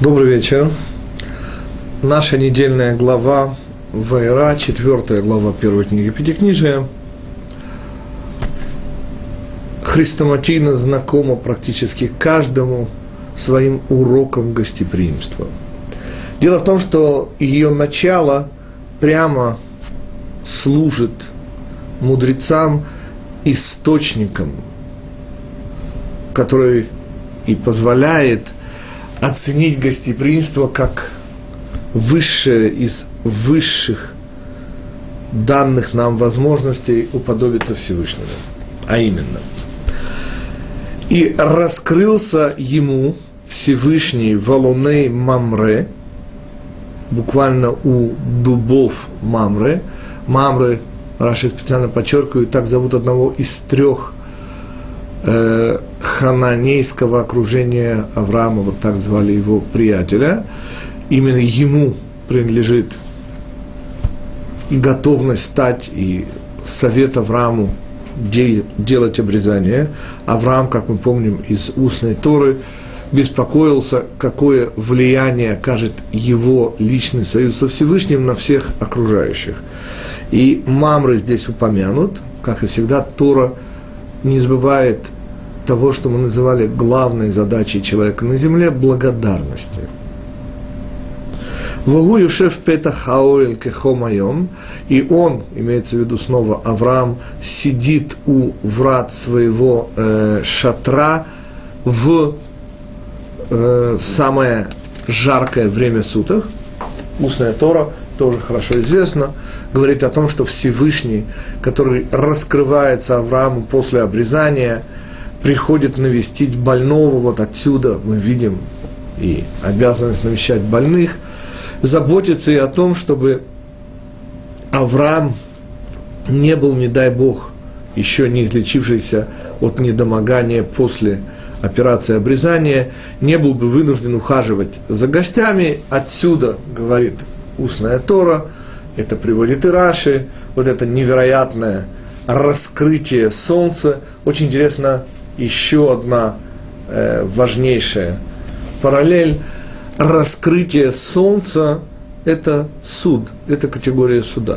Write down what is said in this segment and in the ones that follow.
Добрый вечер. Наша недельная глава Ваэра, 4 глава первой книги Пятикнижия, хрестоматийно знакома практически каждому своим уроком гостеприимства. Дело в том, что ее начало прямо служит мудрецам источником, который и позволяет оценить гостеприимство как высшее из высших данных нам возможностей уподобиться Всевышнему. А именно, и раскрылся ему Всевышний в Алоней Мамре, буквально у дубов Мамре. Мамре, Раши специально подчеркивает, так зовут одного из трех хананейского окружения Авраама, вот так звали его приятеля. Именно ему принадлежит готовность стать и совет Аврааму делать обрезание. Авраам, как мы помним из устной Торы, беспокоился, какое влияние окажет его личный союз со Всевышним на всех окружающих. И Мамре здесь упомянут, как и всегда, Тора не забывает того, что мы называли главной задачей человека на земле – благодарности. «Вогу юшев петах хаоэль кехо майом», и он, имеется в виду снова Авраам, сидит у врат своего шатра в самое жаркое время суток. Устная Тора, тоже хорошо известно, говорит о том, что Всевышний, который раскрывается Аврааму после обрезания, приходит навестить больного. Вот отсюда мы видим и обязанность навещать больных, заботиться и о том, чтобы Авраам не был, не дай Бог, еще не излечившийся от недомогания после операции обрезания, не был бы вынужден ухаживать за гостями. Отсюда, говорит устная Тора, это приводит и Раши, вот это невероятное раскрытие солнца. Очень интересно, еще одна важнейшая параллель. Раскрытие солнца – это суд, это категория суда.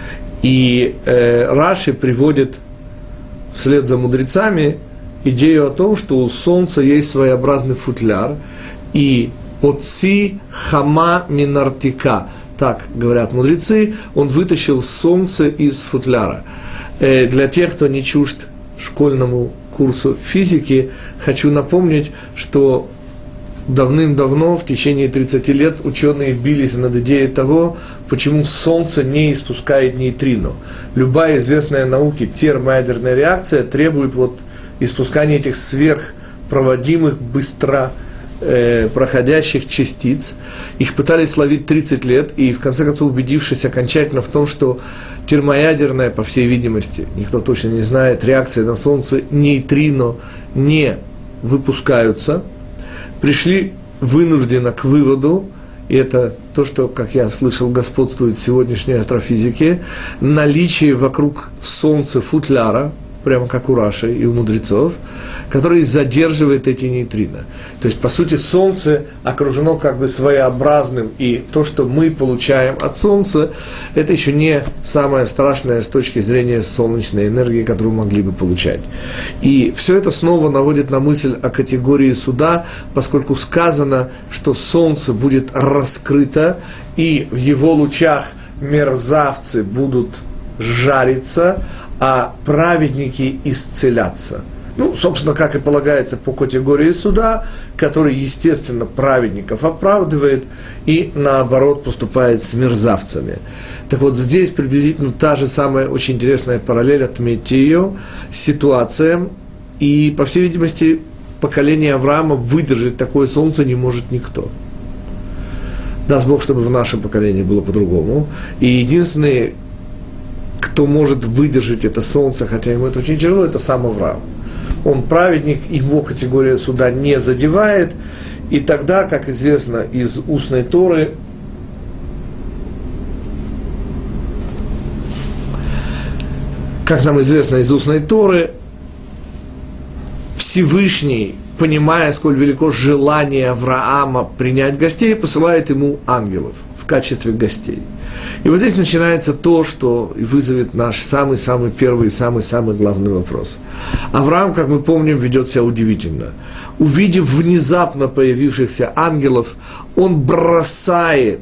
И Раши приводит вслед за мудрецами идею о том, что у солнца есть своеобразный футляр, и «Отци хама минартика», так говорят мудрецы, он вытащил солнце из футляра. Для тех, кто не чужд школьному курсу физики, хочу напомнить, что давным-давно, в течение 30 лет, ученые бились над идеей того, почему Солнце не испускает нейтрино. Любая известная науке термоядерная реакция требует испускания этих сверхпроводимых, быстро проходящих частиц. Их пытались ловить 30 лет, и в конце концов, убедившись окончательно в том, что термоядерная, по всей видимости, никто точно не знает, реакция на Солнце, нейтрино не выпускаются, пришли вынужденно к выводу, и это то, что, как я слышал, господствует в сегодняшней астрофизике, наличие вокруг Солнца футляра, прямо как у Раши и у мудрецов, который задерживает эти нейтрино. То есть, по сути, Солнце окружено как бы своеобразным, и то, что мы получаем от Солнца, это еще не самое страшное с точки зрения солнечной энергии, которую могли бы получать. И все это снова наводит на мысль о категории суда, поскольку сказано, что Солнце будет раскрыто, и в его лучах мерзавцы будут жариться, а праведники исцелятся. Собственно, как и полагается по категории суда, который, естественно, праведников оправдывает и, наоборот, поступает с мерзавцами. Так вот, здесь приблизительно та же самая очень интересная параллель, отметьте ее, ситуация, и, по всей видимости, поколение Авраама выдержать такое солнце не может никто. Даст Бог, чтобы в нашем поколении было по-другому. И единственный, кто может выдержать это солнце, хотя ему это очень тяжело, это сам Авраам. Он праведник, его категория суда не задевает, и тогда, как известно из устной Торы, как нам известно из устной Торы, Всевышний понимая, сколь велико желание Авраама принять гостей, посылает ему ангелов в качестве гостей. И вот здесь начинается то, что вызовет наш самый-самый первый и самый-самый главный вопрос. Авраам, как мы помним, ведет себя удивительно. Увидев внезапно появившихся ангелов, он бросает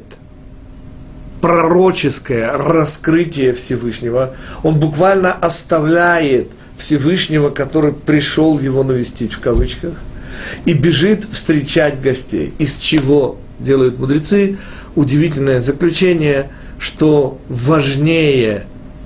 пророческое раскрытие Всевышнего. Он буквально оставляет Всевышнего, который пришел его навестить, в кавычках, и бежит встречать гостей. Из чего делают мудрецы удивительное заключение, что важнее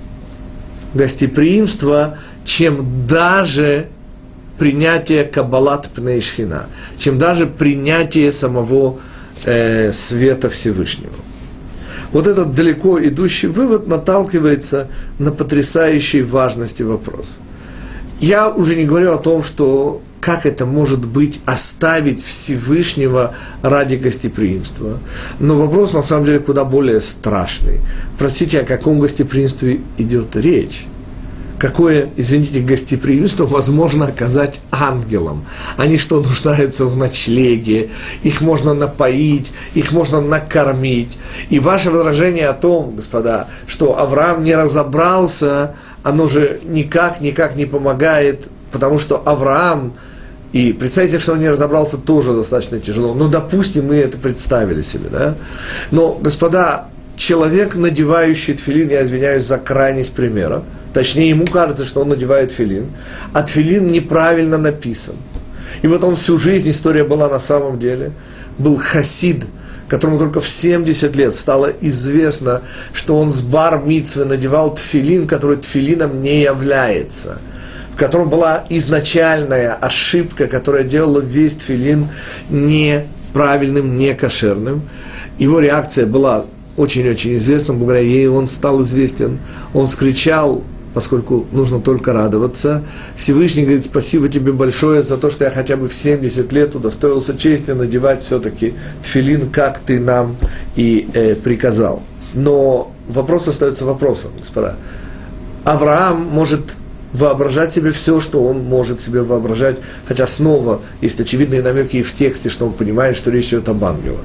гостеприимство, чем даже принятие Каббалат Пней Шхина, чем даже принятие самого света Всевышнего. Вот этот далеко идущий вывод наталкивается на потрясающей важности вопрос. Я уже не говорю о том, что как это может быть оставить Всевышнего ради гостеприимства. Но вопрос на самом деле куда более страшный. Простите, о каком гостеприимстве идет речь? Какое, извините, гостеприимство возможно оказать ангелам? Они что, нуждаются в ночлеге? Их можно напоить, их можно накормить. И ваше возражение о том, господа, что Авраам не разобрался, оно же никак не помогает, потому что Авраам, и представьте, что он не разобрался, тоже достаточно тяжело. Ну, допустим, мы это представили себе, да? Но, господа, человек, надевающий тфилин, я извиняюсь за крайность примера, точнее, ему кажется, что он надевает тфилин, а тфилин неправильно написан. И вот он всю жизнь, история была на самом деле, был хасид, которому только в 70 лет стало известно, что он с бар-мицвы надевал тфилин, который тфилином не является, в котором была изначальная ошибка, которая делала весь тфилин неправильным, некошерным. Его реакция была очень-очень известна, благодаря ей он стал известен. Он вскричал, поскольку нужно только радоваться. Всевышний говорит: спасибо тебе большое за то, что я хотя бы в 70 лет удостоился чести надевать все-таки тфилин, как ты нам и приказал. Но вопрос остается вопросом, господа. Авраам может воображать себе все, что он может себе воображать, хотя снова есть очевидные намеки и в тексте, что он понимает, что речь идет об ангелах.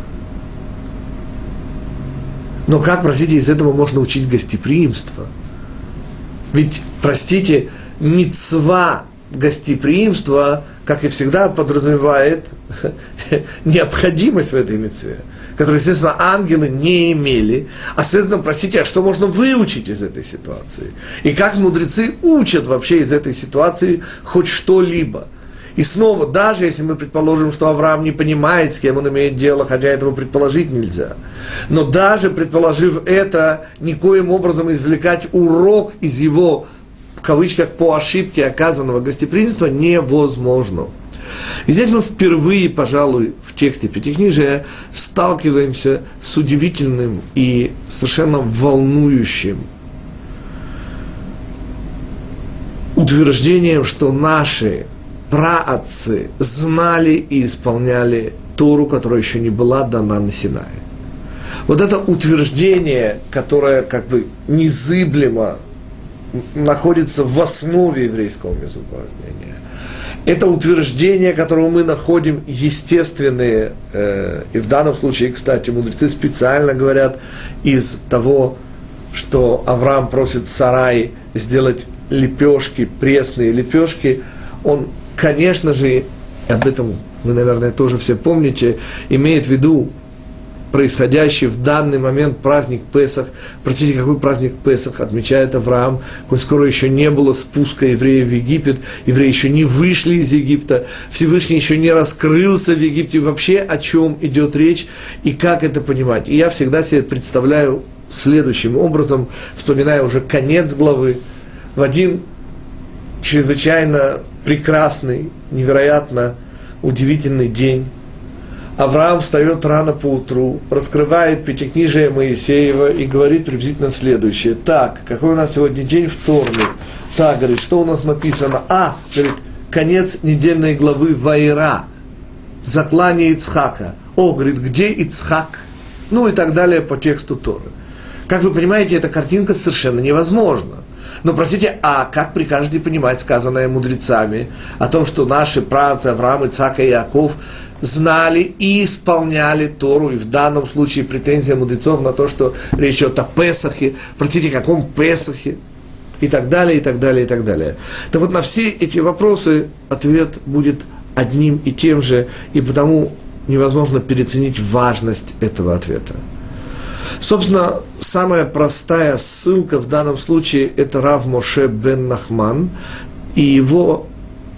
Но как, простите, из этого можно учить гостеприимство? Ведь, простите, мицва гостеприимства, как и всегда, подразумевает необходимость в этой мицве, которую, естественно, ангелы не имели. А, следовательно, простите, а что можно выучить из этой ситуации? И как мудрецы учат вообще из этой ситуации хоть что-либо? И снова, даже если мы предположим, что Авраам не понимает, с кем он имеет дело, хотя этого предположить нельзя, но даже предположив это, никоим образом извлекать урок из его, в кавычках, по ошибке оказанного гостеприимства невозможно. И здесь мы впервые, пожалуй, в тексте Пятикнижия сталкиваемся с удивительным и совершенно волнующим утверждением, что наши праотцы знали и исполняли Тору, которая еще не была дана на Синае. Вот это утверждение, которое как бы незыблемо находится в основе еврейского мезубразнения, это утверждение, которого мы находим естественные, и в данном случае, кстати, мудрецы специально говорят из того, что Авраам просит Сарай сделать лепешки, пресные лепешки, он, конечно же, об этом вы, наверное, тоже все помните, имеет в виду происходящий в данный момент праздник Песах. Простите, какой праздник Песах отмечает Авраам, коль скоро еще не было спуска евреев в Египет, евреи еще не вышли из Египта, Всевышний еще не раскрылся в Египте, вообще о чем идет речь и как это понимать. И я всегда себе представляю следующим образом, вспоминая уже конец главы, в один чрезвычайно прекрасный, невероятно удивительный день Авраам встает рано поутру, раскрывает Пятикнижие Моисеева и говорит приблизительно следующее. Так, какой у нас сегодня день? Вторник. Так, говорит, что у нас написано? Говорит, конец недельной главы Ваира. Заклание Ицхака. Говорит, где Ицхак? Ну и так далее по тексту Торы. Как вы понимаете, эта картинка совершенно невозможна. Но, простите, а как прикажете понимать сказанное мудрецами о том, что наши праотцы Авраам, Ицхак и Иаков знали и исполняли Тору, и в данном случае претензия мудрецов на то, что речь идет о Песахе, простите, каком Песахе, и так далее, и так далее, и так далее. Так вот, на все эти вопросы ответ будет одним и тем же, и потому невозможно переоценить важность этого ответа. Собственно, самая простая ссылка в данном случае – это Рав Моше бен Нахман и его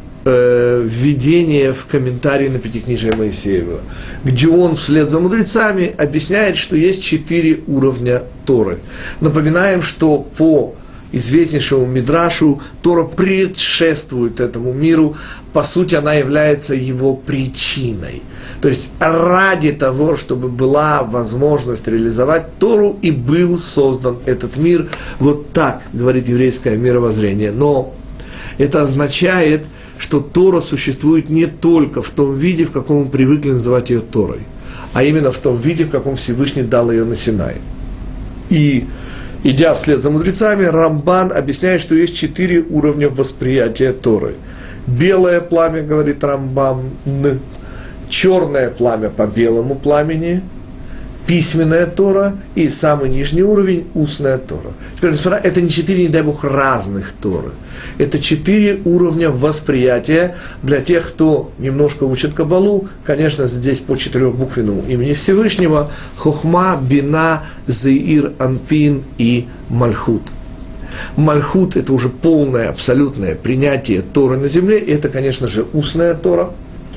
введение в комментарии на Пятикнижие Моисеева, где он вслед за мудрецами объясняет, что есть 4 уровня Торы. Напоминаем, что по известнейшему Мидрашу Тора предшествует этому миру, по сути, она является его причиной. То есть ради того, чтобы была возможность реализовать Тору, и был создан этот мир. Вот так говорит еврейское мировоззрение. Но это означает, что Тора существует не только в том виде, в каком мы привыкли называть ее Торой, а именно в том виде, в каком Всевышний дал ее на Синай. И, идя вслед за мудрецами, Рамбан объясняет, что есть 4 уровня восприятия Торы. Белое пламя, говорит Рамбан, черное пламя по белому пламени, письменная Тора и самый нижний уровень – устная Тора. Теперь, господа, это не 4, не дай Бог, разных Торы. Это 4 уровня восприятия для тех, кто немножко учит Кабалу. Конечно, здесь по 4-буквенному имени Всевышнего – Хохма, Бина, Зеир, Анпин и Мальхут. Мальхут – это уже полное, абсолютное принятие Торы на земле, и это, конечно же, устная Тора.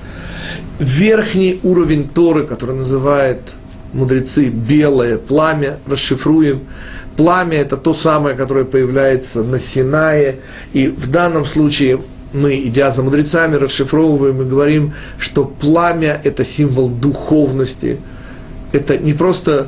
Верхний уровень Торы, который называют мудрецы белое пламя, расшифруем. Пламя – это то самое, которое появляется на Синае, и в данном случае мы, идя за мудрецами, расшифровываем и говорим, что пламя – это символ духовности, это не просто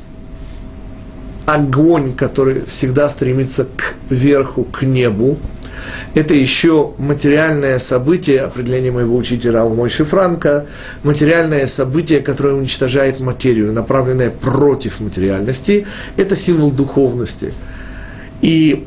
огонь, который всегда стремится к верху, к небу. Это еще материальное событие, определение моего учителя Рава Мойши Франка, материальное событие, которое уничтожает материю, направленное против материальности. Это символ духовности. И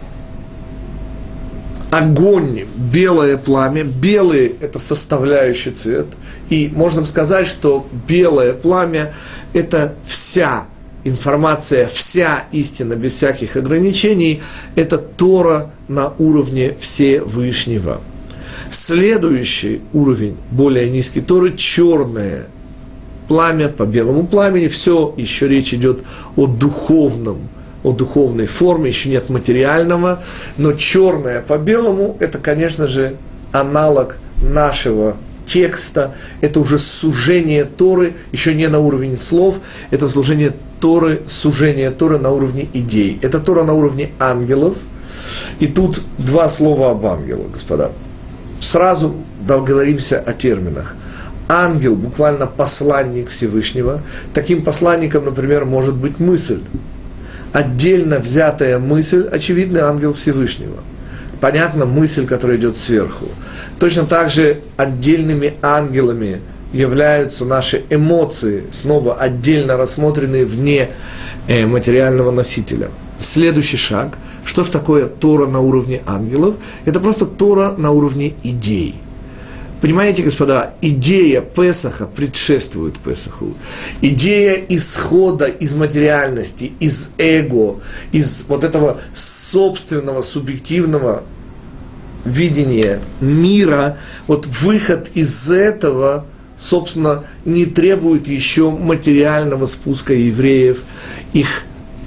огонь, белое пламя, белый – это составляющий цвет. И можно сказать, что белое пламя – это вся информация, вся истина, без всяких ограничений, это Тора на уровне Всевышнего. Следующий уровень, более низкий Торы, черное пламя по белому пламени, все, еще речь идет о духовном, о духовной форме, еще нет материального, но черное по белому, это, конечно же, аналог нашего текста, это уже сужение Торы, еще не на уровне слов, это сужение Торы на уровне идей. Это Тора на уровне ангелов. И тут 2 слова об ангелах, господа. Сразу договоримся о терминах. Ангел, буквально посланник Всевышнего. Таким посланником, например, может быть мысль. Отдельно взятая мысль, очевидный ангел Всевышнего. Понятно, мысль, которая идет сверху. Точно так же отдельными ангелами являются наши эмоции, снова отдельно рассмотренные вне материального носителя. Следующий шаг. Что же такое Тора на уровне ангелов? Это просто Тора на уровне идей. Понимаете, господа, идея Песаха предшествует Песаху. Идея исхода из материальности, из эго, из вот этого собственного, субъективного видения мира, вот выход из этого, собственно, не требует еще материального спуска евреев, их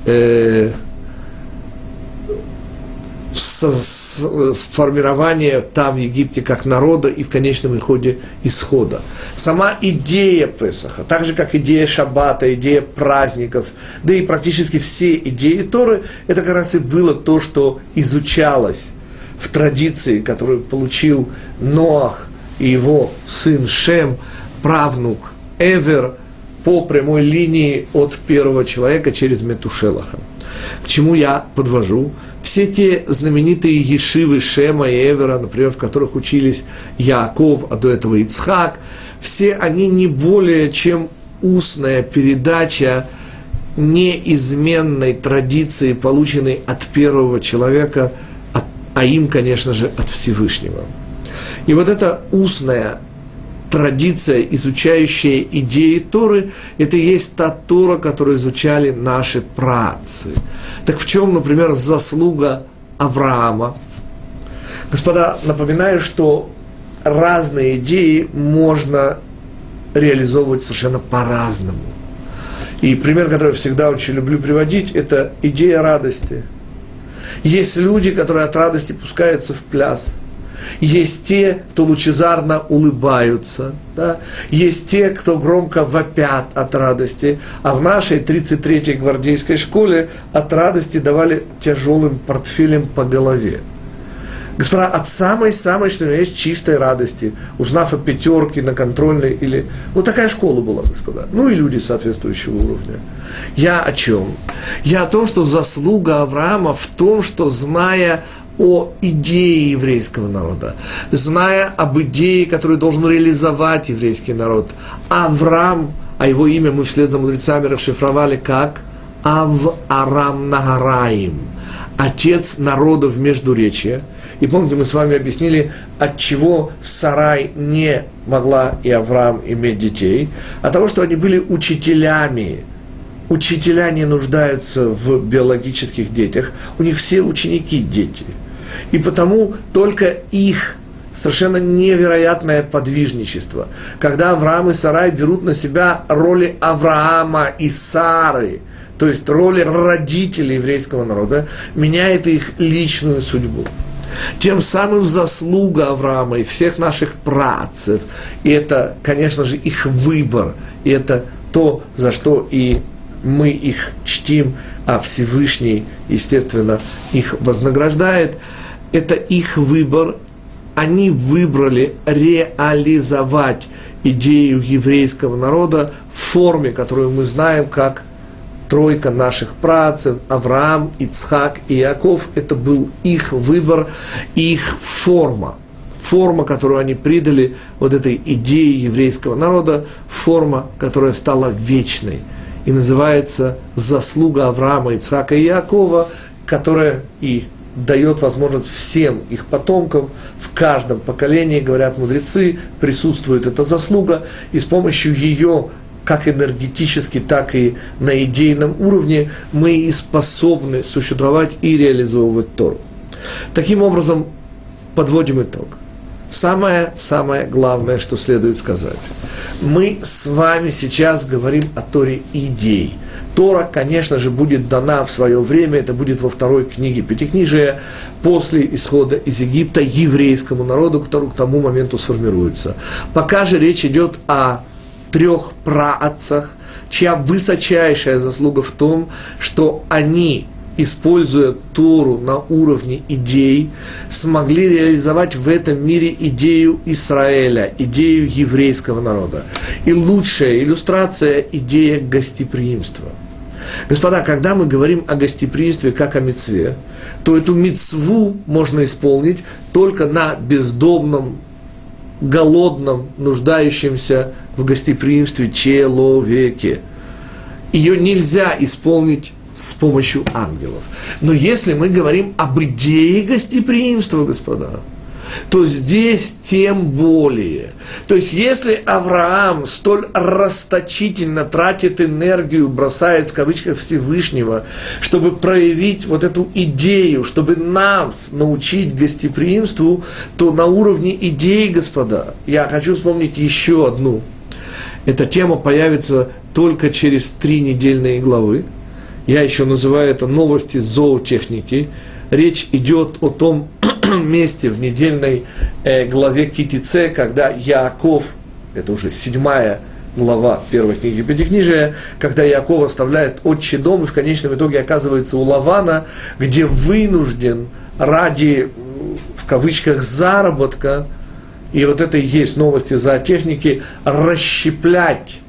сформирования там, в Египте, как народа и в конечном исходе исхода. Сама идея Песаха, так же, как идея Шаббата, идея праздников, да и практически все идеи Торы, это как раз и было то, что изучалось в традиции, которую получил Ноах и его сын Шем, правнук Эвер, по прямой линии от первого человека через Метушелаха. К чему я подвожу? Все те знаменитые ешивы Шема и Эвера, например, в которых учились Яаков, а до этого Ицхак, все они не более чем устная передача неизменной традиции, полученной от первого человека, а им, конечно же, от Всевышнего. И вот эта устная традиция, изучающая идеи Торы, это и есть та Тора, которую изучали наши праотцы. Так в чем, например, заслуга Авраама? Господа, напоминаю, что разные идеи можно реализовывать совершенно по-разному. И пример, который я всегда очень люблю приводить, это идея радости. Есть люди, которые от радости пускаются в пляс. Есть те, кто лучезарно улыбаются. Да? Есть те, кто громко вопят от радости. А в нашей 33-й гвардейской школе от радости давали тяжелым портфелем по голове. Господа, от самой-самой, что есть, чистой радости, узнав о пятерке на контрольной или... Вот такая школа была, господа. Ну и люди соответствующего уровня. Я о чем? Я о том, что заслуга Авраама в том, что, зная о идее еврейского народа, зная об идее, которую должен реализовать еврейский народ, Авраам, а его имя мы вслед за мудрецами расшифровали как Ав-Арам Нагараим, отец народов Междуречия. И помните, мы с вами объяснили, от чего Сарай не могла и Авраам иметь детей, от того, что они были учителями. Учителя не нуждаются в биологических детях, у них все ученики дети. И потому только их совершенно невероятное подвижничество, когда Авраам и Сарай берут на себя роли Авраама и Сары, то есть роли родителей еврейского народа, меняет их личную судьбу. Тем самым заслуга Авраама и всех наших праотцев, и это, конечно же, их выбор, и это то, за что и мы их чтим, а Всевышний, естественно, их вознаграждает, это их выбор. Они выбрали реализовать идею еврейского народа в форме, которую мы знаем как тройка наших праотцев, Авраам, Ицхак и Иаков, это был их выбор, их форма. Форма, которую они придали вот этой идее еврейского народа, форма, которая стала вечной. И называется заслуга Авраама, Ицхака и Иакова, которая и дает возможность всем их потомкам, в каждом поколении, говорят мудрецы, присутствует эта заслуга, и с помощью ее как энергетически, так и на идейном уровне, мы и способны существовать и реализовывать Тору. Таким образом, подводим итог. Самое главное, что следует сказать. Мы с вами сейчас говорим о Торе идей. Тора, конечно же, будет дана в свое время, это будет во второй книге Пятикнижия, после исхода из Египта еврейскому народу, который к тому моменту сформируется. Пока же речь идет о 3 праотцах, чья высочайшая заслуга в том, что они, используя Тору на уровне идей, смогли реализовать в этом мире идею Израиля, идею еврейского народа. И лучшая иллюстрация – идея гостеприимства. Господа, когда мы говорим о гостеприимстве как о мицве, то эту мицву можно исполнить только на бездомном, голодном, нуждающемся в гостеприимстве человеке. Ее нельзя исполнить с помощью ангелов. Но если мы говорим об идее гостеприимства, господа, то здесь тем более. То есть, если Авраам столь расточительно тратит энергию, бросает в кавычках Всевышнего, чтобы проявить вот эту идею, чтобы нас научить гостеприимству, то на уровне идеи, господа, я хочу вспомнить еще одну. Эта тема появится только через 3 недельные главы. Я еще называю это новости зоотехники. Речь идет о том месте в недельной главе Китице, когда Яаков, это уже 7 глава первой книги Пятикнижия, когда Яаков оставляет отчий дом и в конечном итоге оказывается у Лавана, где вынужден ради, в кавычках, заработка, и вот это и есть новости зоотехники, расщеплять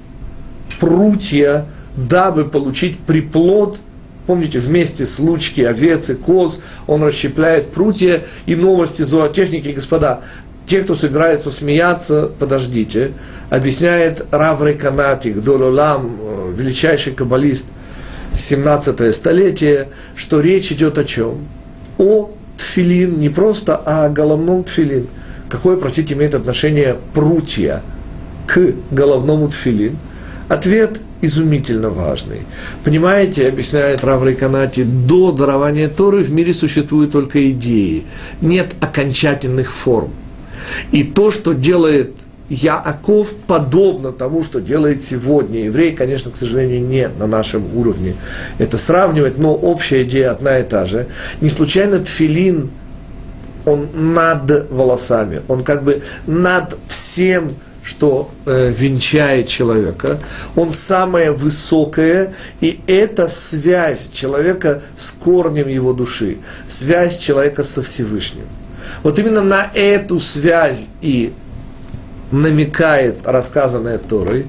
прутья, дабы получить приплод. Помните, вместе с лучки овец и коз он расщепляет прутья. И новости зоотехники, господа, те, кто собираются смеяться, подождите, объясняет Рав Рейканати, Гдоль Олам, величайший каббалист, 17 столетие, что речь идет о чем? О тфилин, не просто о головном тфилин. Какое, простите, имеет отношение прутья к головному тфилин? Ответ изумительно важный. Понимаете, объясняет Рав Рейканати, до дарования Торы в мире существуют только идеи, нет окончательных форм. И то, что делает Яаков, подобно тому, что делает сегодня еврей, конечно, к сожалению, не на нашем уровне это сравнивать, но общая идея одна и та же. Не случайно тфилин, он над волосами, он как бы над всем, что венчает человека, он самое высокое, и это связь человека с корнем его души, связь человека со Всевышним. Вот именно на эту связь и намекает рассказанная Торой.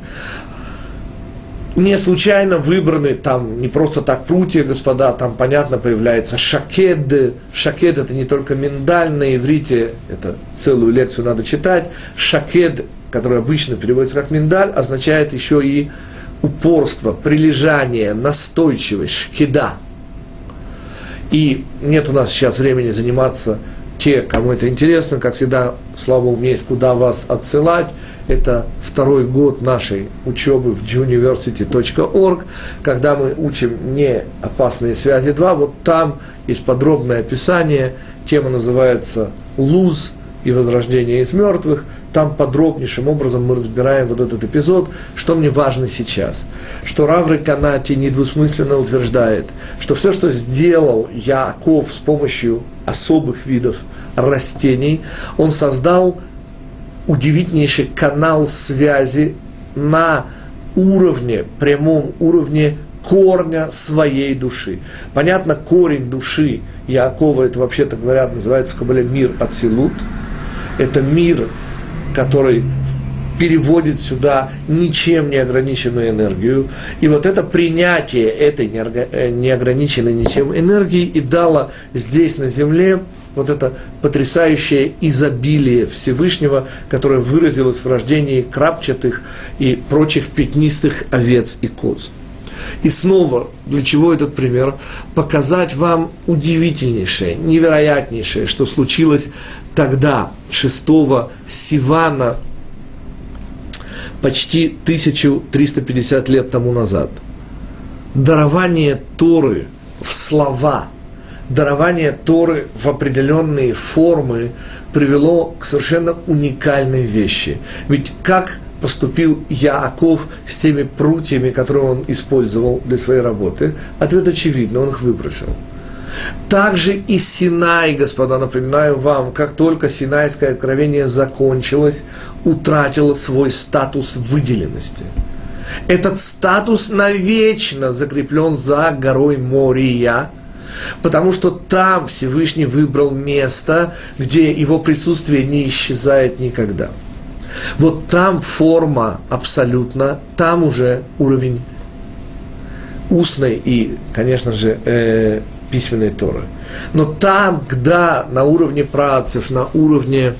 Не случайно выбраны там не просто так прутья, господа, там, понятно, появляется шакед. Шакед – это не только миндаль, на иврите, это целую лекцию надо читать. Шакед, который обычно переводится как миндаль, означает еще и упорство, прилежание, настойчивость, шкеда. И нет у нас сейчас времени заниматься те, кому это интересно, как всегда, слава Богу, есть куда вас отсылать. Это второй год нашей учебы в juniversity.org, когда мы учим не опасные связи 2. Вот там есть подробное описание. Тема называется «Луз и возрождение из мертвых». Там подробнейшим образом мы разбираем вот этот эпизод. Что мне важно сейчас? Что Рав Рейканати недвусмысленно утверждает, что все, что сделал Яаков с помощью особых видов растений, он создал удивительнейший канал связи на уровне, прямом уровне корня своей души. Понятно, корень души Яакова, это вообще-то говорят, называется в Кабале мир Ацилут. Это мир, который переводит сюда ничем не ограниченную энергию. И вот это принятие этой неограниченной ничем энергии и дало здесь на земле вот это потрясающее изобилие Всевышнего, которое выразилось в рождении крапчатых и прочих пятнистых овец и коз. И снова, для чего этот пример? Показать вам удивительнейшее, невероятнейшее, что случилось тогда, 6 Сивана, почти 1350 лет тому назад. Дарование Торы в слова, дарование Торы в определенные формы привело к совершенно уникальной вещи. Ведь как поступил Яаков с теми прутьями, которые он использовал для своей работы? Ответ очевидный, он их выбросил. Также и Синай, господа, напоминаю вам, как только Синайское откровение закончилось, утратило свой статус выделенности. Этот статус навечно закреплен за горой Мория, потому что там Всевышний выбрал место, где его присутствие не исчезает никогда. Вот там форма абсолютно, там уже уровень устной и, конечно же, письменной Торы. Но там, когда на уровне праотцев, на уровне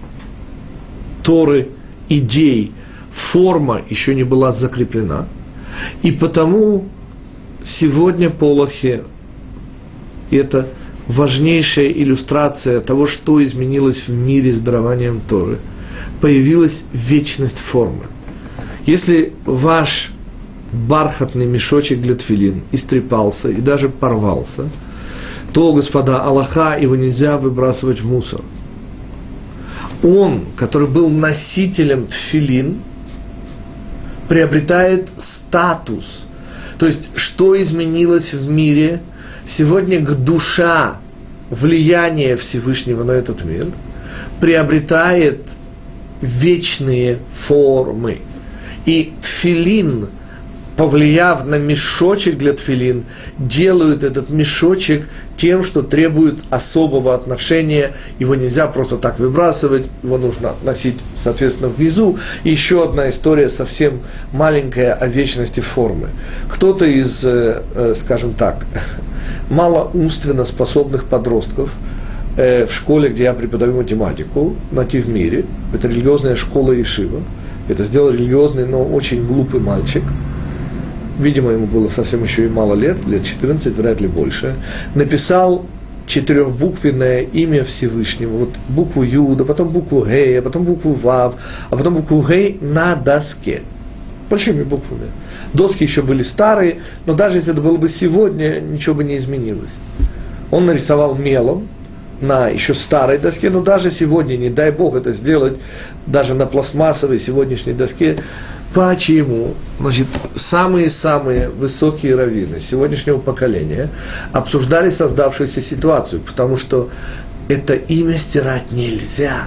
Торы, идей, форма еще не была закреплена. И потому сегодня Полохи – это важнейшая иллюстрация того, что изменилось в мире с дарованием Торы. Появилась вечность формы. Если ваш бархатный мешочек для тфилин истрепался и даже порвался, то, господа, алаха, его нельзя выбрасывать в мусор. Он, который был носителем тфилин, приобретает статус. То есть, что изменилось в мире? Сегодня душа, влияние Всевышнего на этот мир, приобретает вечные формы. И тфилин, повлияв на мешочек для тфилин, делают этот мешочек тем, что требует особого отношения. Его нельзя просто так выбрасывать, его нужно носить, соответственно, внизу. И еще одна история совсем маленькая о вечности формы. Кто-то из, скажем так, малоумственно способных подростков в школе, где я преподаю математику, «Натив в мире», это религиозная школа Ешива, это сделал религиозный, но очень глупый мальчик, видимо, ему было совсем еще и мало лет 14, вряд ли больше, написал четырехбуквенное имя Всевышнего. Вот букву Юда, потом букву Гей, а потом букву Вав, а потом букву Гей на доске. Большими буквами. Доски еще были старые, но даже если это было бы сегодня, ничего бы не изменилось. Он нарисовал мелом на еще старой доске, но даже сегодня, не дай Бог это сделать, даже на пластмассовой сегодняшней доске. Почему? Значит, самые-самые высокие раввины сегодняшнего поколения обсуждали создавшуюся ситуацию, потому что это имя стирать нельзя.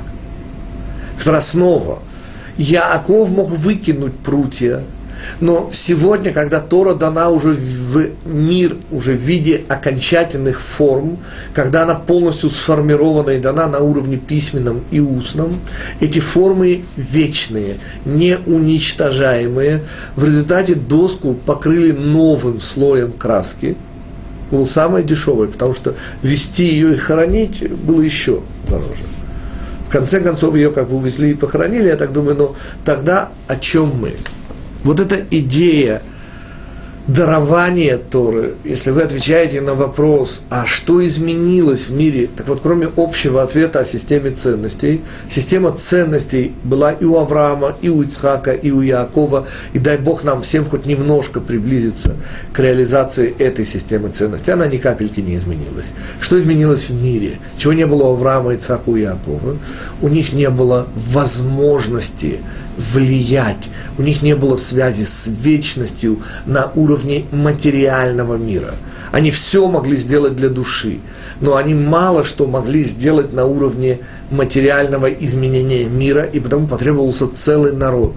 Снова. Яаков мог выкинуть прутья, но сегодня, когда Тора дана уже в мир, уже в виде окончательных форм, когда она полностью сформирована и дана на уровне письменном и устном, эти формы вечные, неуничтожаемые. В результате доску покрыли новым слоем краски. Был самый дешевый, потому что везти ее и хоронить было еще дороже. В конце концов, ее как бы увезли и похоронили, я так думаю, но тогда о чем мы? Вот эта идея дарования Торы, если вы отвечаете на вопрос, а что изменилось в мире, так вот, кроме общего ответа о системе ценностей, система ценностей была и у Авраама, и у Ицхака, и у Яакова, и дай Бог нам всем хоть немножко приблизиться к реализации этой системы ценностей, она ни капельки не изменилась. Что изменилось в мире? Чего не было у Авраама, Ицхака и Яакова? У них не было возможности влиять, у них не было связи с вечностью на уровне материального мира. Они все могли сделать для души, но они мало что могли сделать на уровне материального изменения мира, и потому потребовался целый народ.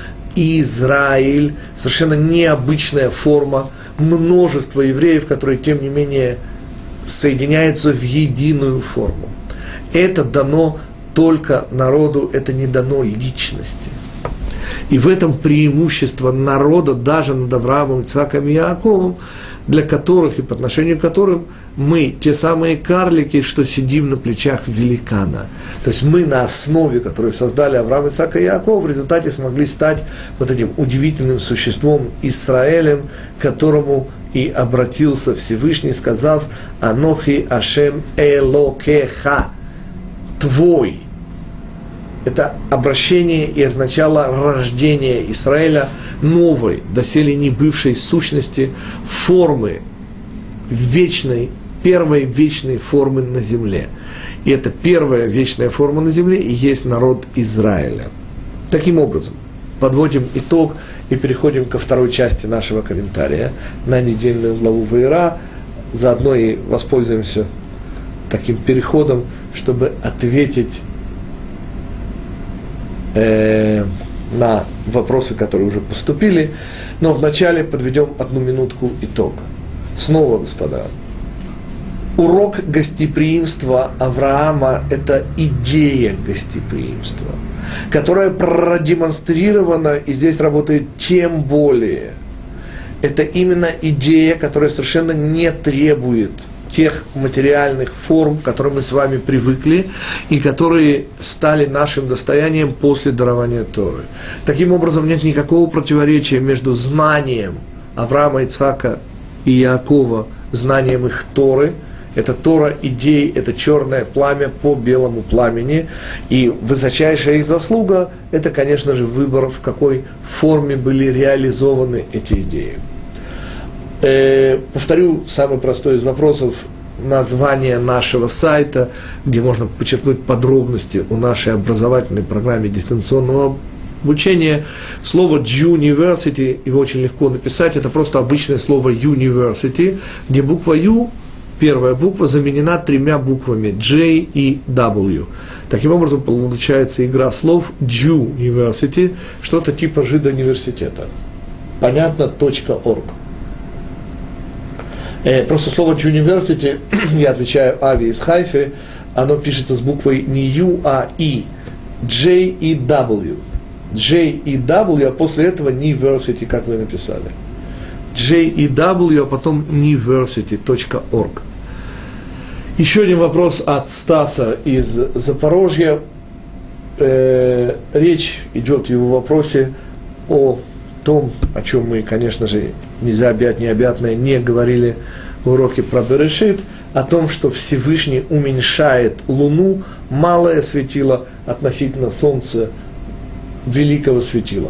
Израиль, совершенно необычная форма, множество евреев, которые, тем не менее, соединяются в единую форму. Это дано только народу, это не дано личности. И в этом преимущество народа даже над Авраамом, Ицхаком и Яаковом, для которых и по отношению к которым мы те самые карлики, что сидим на плечах великана. То есть мы на основе, которую создали Авраам, Ицхак и Яаков, в результате смогли стать вот этим удивительным существом Израилем, к которому и обратился Всевышний, сказав: «Анохи Ашем Элокеха», твой. Это обращение и означало рождение Израиля новой, доселе не бывшей сущности, формы вечной, первой вечной формы на земле. И эта первая вечная форма на земле и есть народ Израиля. Таким образом, подводим итог и переходим ко второй части нашего комментария на недельную главу Ваира. Заодно и воспользуемся таким переходом, чтобы ответить на вопросы, которые уже поступили. Но вначале подведем одну минутку итог. Снова, господа, урок гостеприимства Авраама – это идея гостеприимства, которая продемонстрирована, и здесь работает тем более. Это именно идея, которая совершенно не требует тех материальных форм, к которым мы с вами привыкли, и которые стали нашим достоянием после дарования Торы. Таким образом, нет никакого противоречия между знанием Авраама, Ицхака и Яакова, знанием их Торы. Это Тора идей, это черное пламя по белому пламени. И высочайшая их заслуга – это, конечно же, выбор, в какой форме были реализованы эти идеи. Повторю самый простой из вопросов, название нашего сайта, где можно почерпнуть подробности о нашей образовательной программе дистанционного обучения. Слово University, его очень легко написать, это просто обычное слово University, где буква U, первая буква, заменена тремя буквами J и W. Таким образом, получается игра слов University, что-то типа жидоуниверситета. Понятно? .org. Просто слово University, я отвечаю Ави из Хайфы, оно пишется с буквой не U, а I. J и W. J и W, а после этого University, как вы написали. J и W, а потом University.org. Еще один вопрос от Стаса из Запорожья. Речь идет в его вопросе о том, о чем мы, конечно же, нельзя объять необъятное, не говорили в уроке про Берешит, о том, что Всевышний уменьшает Луну, малое светило, относительно Солнца, великого светила.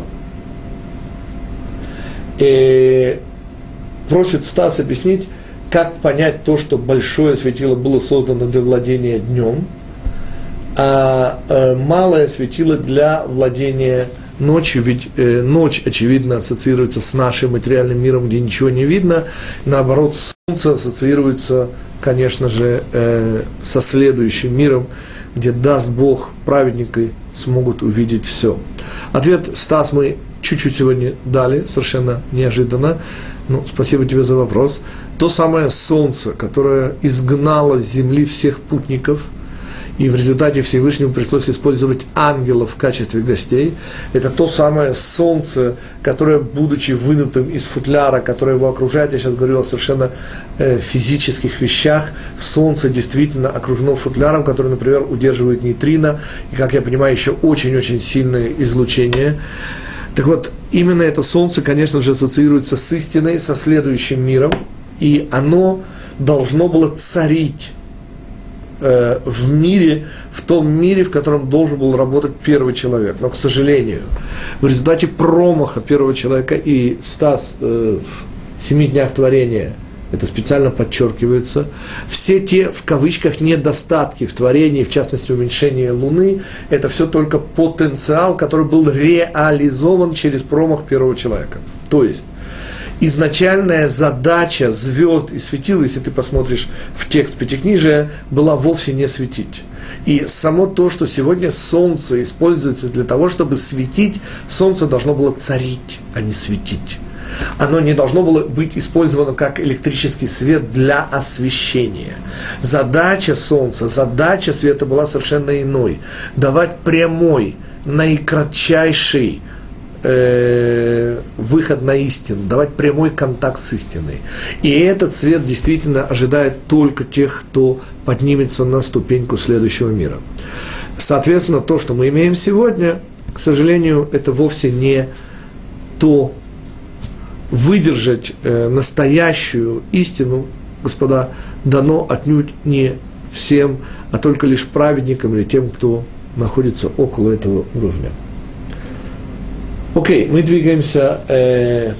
И просит Стас объяснить, как понять то, что большое светило было создано для владения днем, а малое светило для владения ночью, ведь ночь, очевидно, ассоциируется с нашим материальным миром, где ничего не видно, наоборот, Солнце ассоциируется, конечно же, со следующим миром, где, даст Бог, праведники смогут увидеть все. Ответ, Стас, мы чуть-чуть сегодня дали, совершенно неожиданно. Ну, спасибо тебе за вопрос. То самое Солнце, которое изгнало с земли всех путников, и в результате Всевышнему пришлось использовать ангелов в качестве гостей. Это то самое Солнце, которое, будучи вынутым из футляра, которое его окружает, я сейчас говорю о совершенно физических вещах, Солнце действительно окружено футляром, который, например, удерживает нейтрино, и, как я понимаю, еще очень-очень сильное излучение. Так вот, именно это Солнце, конечно же, ассоциируется с истиной, со следующим миром, и оно должно было царить в мире, в том мире, в котором должен был работать первый человек. Но, к сожалению, в результате промаха первого человека, и Стас в 7 днях творения, это специально подчеркивается, все те, в кавычках, недостатки в творении, в частности, уменьшение Луны, это все только потенциал, который был реализован через промах первого человека. То есть, изначальная задача звезд и светил, если ты посмотришь в текст Пятикнижия, была вовсе не светить. И само то, что сегодня Солнце используется для того, чтобы светить, Солнце должно было царить, а не светить. Оно не должно было быть использовано как электрический свет для освещения. Задача Солнца, задача света была совершенно иной. Давать прямой, наикратчайший выход на истину, давать прямой контакт с истиной. И этот свет действительно ожидает только тех, кто поднимется на ступеньку следующего мира. Соответственно, то, что мы имеем сегодня, к сожалению, это вовсе не то выдержать настоящую истину, господа, дано отнюдь не всем, а только лишь праведникам или тем, кто находится около этого уровня. Окей, мы двигаемся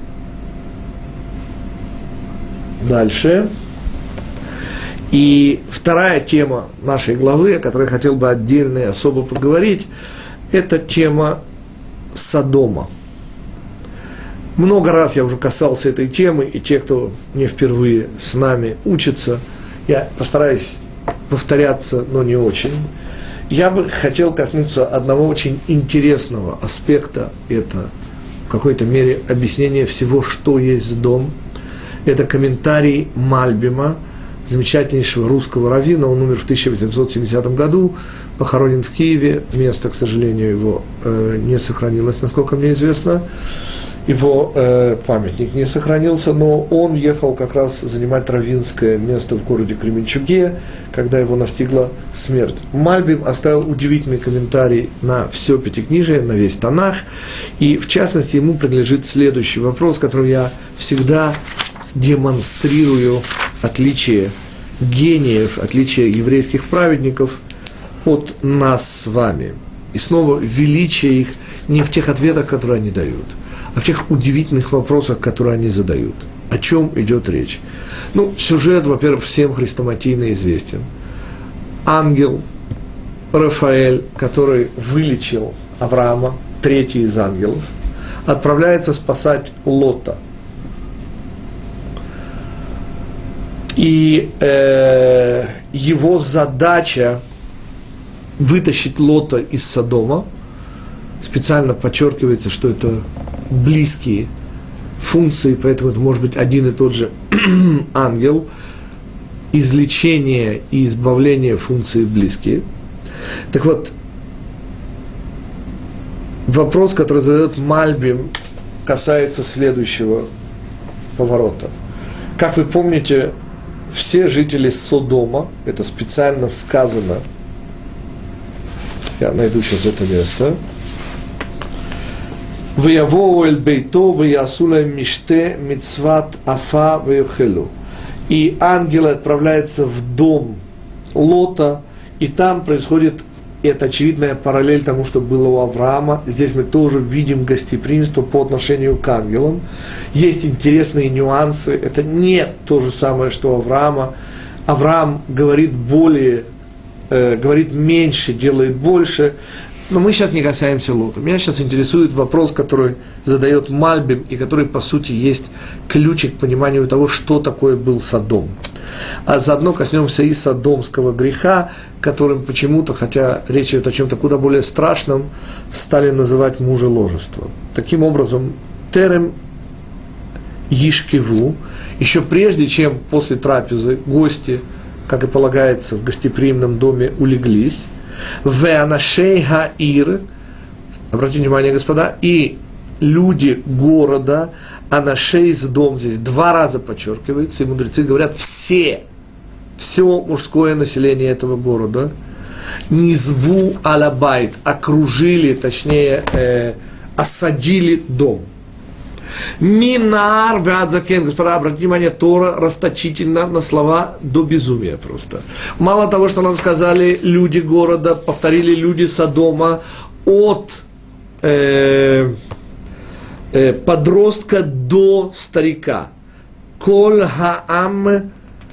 дальше. И вторая тема нашей главы, о которой я хотел бы отдельно и особо поговорить, это тема Содома. Много раз я уже касался этой темы, и те, кто не впервые с нами учится, я постараюсь повторяться, но не очень. Я бы хотел коснуться одного очень интересного аспекта, это в какой-то мере объяснение всего, что есть дом. Это комментарий Мальбима, замечательнейшего русского раввина, он умер в 1870 году, похоронен в Киеве, место, к сожалению, его не сохранилось, насколько мне известно. Его памятник не сохранился, но он ехал как раз занимать раввинское место в городе Кременчуге, когда его настигла смерть. Мальбим оставил удивительный комментарий на все Пятикнижие, на весь Танах, и в частности ему принадлежит следующий вопрос, которым я всегда демонстрирую отличие гениев, отличие еврейских праведников от нас с вами. И снова величие их не в тех ответах, которые они дают, а в тех удивительных вопросах, которые они задают. О чем идет речь? Ну, сюжет, во-первых, всем хрестоматийно известен. Ангел Рафаэль, который вылечил Авраама, третий из ангелов, отправляется спасать Лота. И его задача вытащить Лота из Содома. Специально подчеркивается, что это близкие функции, поэтому это может быть один и тот же ангел. Излечение и избавление функции близкие. Так вот, вопрос, который задает Мальбим, касается следующего поворота. Как вы помните, все жители Содома, это специально сказано, я найду сейчас это место, Ваявоу эль бейто, ваясула миште, мицват афа, ваяхелу. И ангелы отправляются в дом Лота, и там происходит, это очевидная параллель тому, что было у Авраама. Здесь мы тоже видим гостеприимство по отношению к ангелам. Есть интересные нюансы. Это не то же самое, что у Авраама. Авраам говорит говорит меньше, делает больше. Но мы сейчас не касаемся Лота. Меня сейчас интересует вопрос, который задает Мальбим, и который, по сути, есть ключик к пониманию того, что такое был Содом. А заодно коснемся и содомского греха, которым почему-то, хотя речь идет о чем-то куда более страшном, стали называть мужеложеством. Таким образом, терем ишкиву, еще прежде, чем после трапезы гости, как и полагается в гостеприимном доме, улеглись, веанашей хаир, обратите внимание, господа, и люди города, анашей из дом, здесь 2 раза подчеркивается, и мудрецы говорят, все мужское население этого города, низбу алабайт, окружили, точнее, осадили дом. Минар вадзакен, господа, обратите внимание, Тора расточительно на слова до безумия просто. Мало того, что нам сказали люди города, повторили люди Содома, от подростка до старика. Коль хаам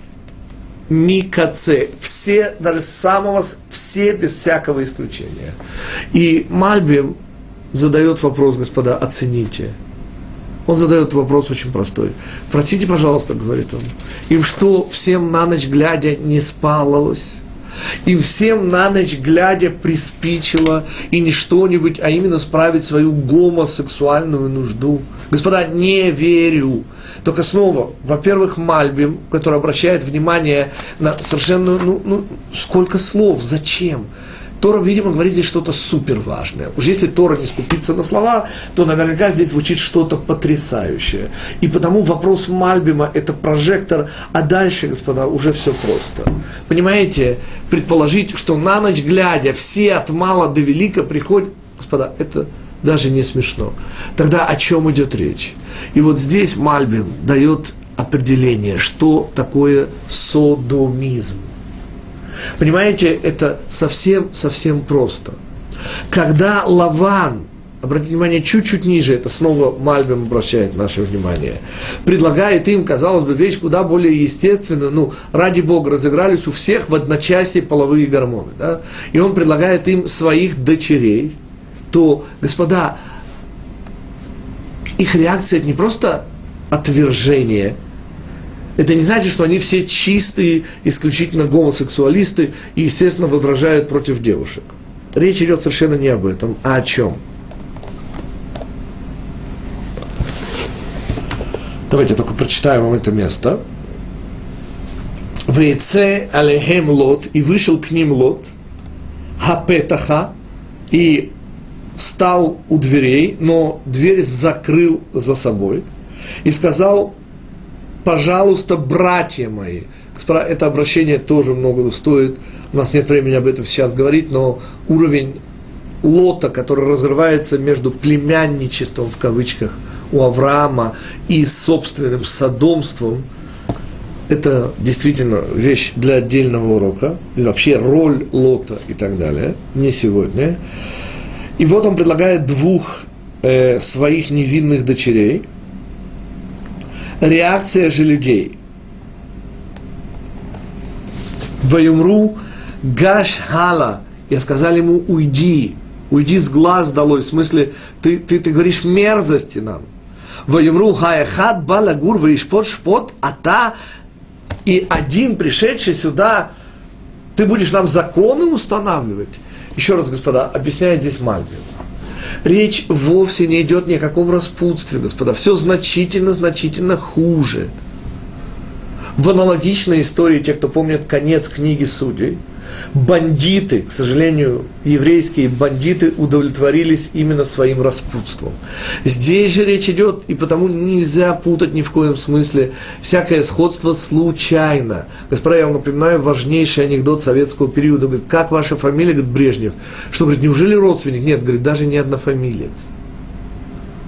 микаце. Все, даже все без всякого исключения. И Мальбим задает вопрос, господа, оцените. Он задает вопрос очень простой. Простите, пожалуйста, говорит он, им что, всем на ночь глядя не спалось? Им всем на ночь глядя приспичило и не что-нибудь, а именно справить свою гомосексуальную нужду? Господа, не верю. Только снова, во-первых, Мальбим, который обращает внимание на совершенно, сколько слов, зачем? Тора, видимо, говорит здесь что-то супер важное. Уж если Тора не скупится на слова, то наверняка здесь звучит что-то потрясающее. И потому вопрос Мальбима – это прожектор, а дальше, господа, уже все просто. Понимаете, предположить, что на ночь глядя все от мала до велика приходят, господа, это даже не смешно. Тогда о чем идет речь? И вот здесь Мальбим дает определение, что такое содомизм. Понимаете, это совсем просто. Когда Лаван, обратите внимание, чуть-чуть ниже, это снова Мальбим обращает наше внимание, предлагает им, казалось бы, вещь куда более естественную, ради Бога, разыгрались у всех в одночасье половые гормоны, да? И он предлагает им своих дочерей, то, господа, их реакция – это не просто отвержение. Это не значит, что они все чистые, исключительно гомосексуалисты и, естественно, возражают против девушек. Речь идет совершенно не об этом, а о чем? Давайте только прочитаю вам это место. «Вейце алехем лот», и вышел к ним Лот, «хапетаха», и стал у дверей, но дверь закрыл за собой, и сказал: «Пожалуйста, братья мои». Это обращение тоже много стоит. У нас нет времени об этом сейчас говорить, но уровень Лота, который разрывается между племянничеством, в кавычках, у Авраама и собственным содомством, это действительно вещь для отдельного урока. И вообще роль Лота и так далее. Не сегодня. И вот он предлагает 2 своих невинных дочерей. Реакция же людей. Ваюмру гаш хала. Я сказал ему: уйди с глаз долой. В смысле, ты говоришь мерзости нам. Ваюмру хаехат балагур ваишпот шпот, а та и один пришедший сюда, ты будешь нам законы устанавливать. Еще раз, господа, объясняет здесь Мальбим. Речь вовсе не идет ни о каком распутстве, господа. Все значительно хуже. В аналогичной истории, те, кто помнит конец книги Судей, бандиты, к сожалению, еврейские бандиты удовлетворились именно своим распутством. Здесь же речь идет, и потому нельзя путать ни в коем смысле всякое сходство случайно. Господа, я вам напоминаю важнейший анекдот советского периода. Говорит: как ваша фамилия? Говорит: Брежнев. Что, говорит, неужели родственник? Нет, говорит, даже не однофамилец.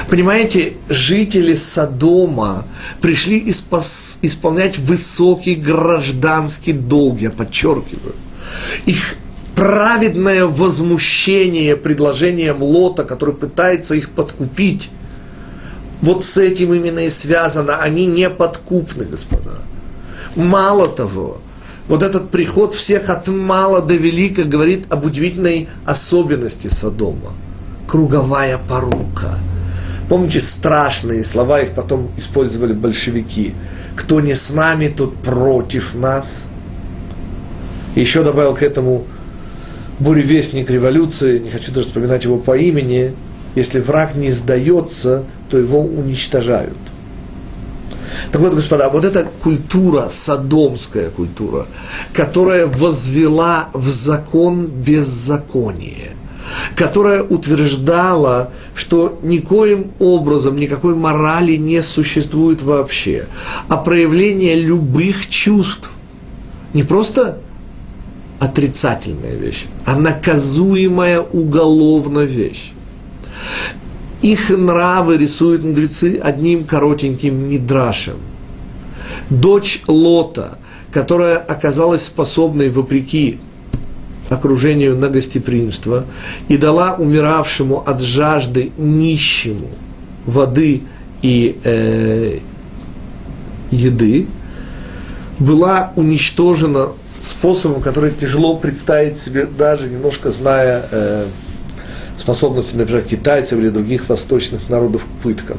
Понимаете, жители Содома пришли исполнять высокий гражданский долг, я подчеркиваю. Их праведное возмущение предложением Лота, который пытается их подкупить, вот с этим именно и связано. Они не подкупны, господа. Мало того, вот этот приход всех от мала до велика говорит об удивительной особенности Содома. Круговая порука. Помните страшные слова, их потом использовали большевики. Кто не с нами, тот против нас. И еще добавил к этому буревестник революции, не хочу даже вспоминать его по имени, если враг не сдается, то его уничтожают. Так вот, господа, вот эта культура, содомская культура, которая возвела в закон беззаконие, которая утверждала, что никоим образом никакой морали не существует вообще, а проявление любых чувств, не просто отрицательная вещь, а наказуемая уголовно вещь. Их нравы рисуют мудрецы одним коротеньким мидрашем. Дочь Лота, которая оказалась способной, вопреки окружению на гостеприимство, и дала умиравшему от жажды нищему воды и еды, была уничтожена способом, который тяжело представить себе, даже немножко зная способности, например, китайцев или других восточных народов к пыткам.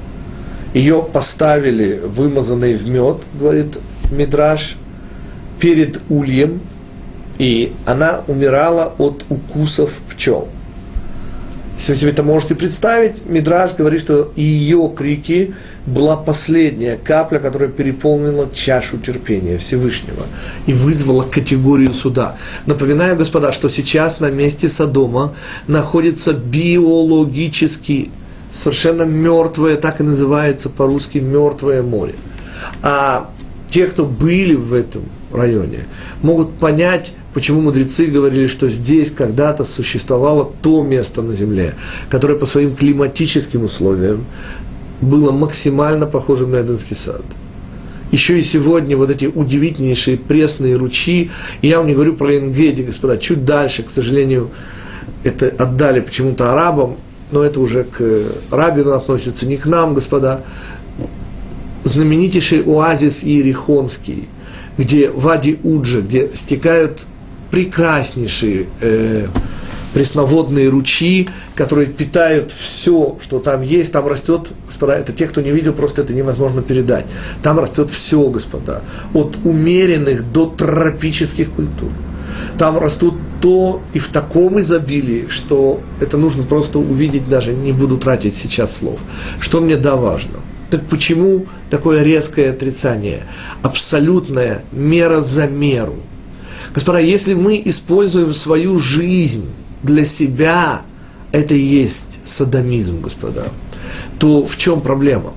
Ее поставили, вымазанной в мед, говорит Мидраш, перед ульем, и она умирала от укусов пчел. Если вы себе это можете представить, Мидраш говорит, что ее крики была последняя капля, которая переполнила чашу терпения Всевышнего и вызвала категорию суда. Напоминаю, господа, что сейчас на месте Содома находится биологически совершенно мертвое, так и называется по-русски, мертвое море. А те, кто были в этом районе, могут понять, почему мудрецы говорили, что здесь когда-то существовало то место на земле, которое по своим климатическим условиям было максимально похожим на Эденский сад. Еще и сегодня вот эти удивительнейшие пресные ручьи, и я вам не говорю про Эн-Геди, господа, чуть дальше, к сожалению, это отдали почему-то арабам, но это уже к Рабину относится, не к нам, господа. Знаменитейший оазис Иерихонский, где Вади-Уджа, где стекают прекраснейшие пресноводные ручьи, которые питают все, что там есть. Там растет, господа, это те, кто не видел, просто это невозможно передать. Там растет все, господа, от умеренных до тропических культур. Там растут то и в таком изобилии, что это нужно просто увидеть, даже не буду тратить сейчас слов. Что мне важно? Так почему такое резкое отрицание? Абсолютная мера за меру. Господа, если мы используем свою жизнь для себя, это и есть содомизм, господа, то в чем проблема?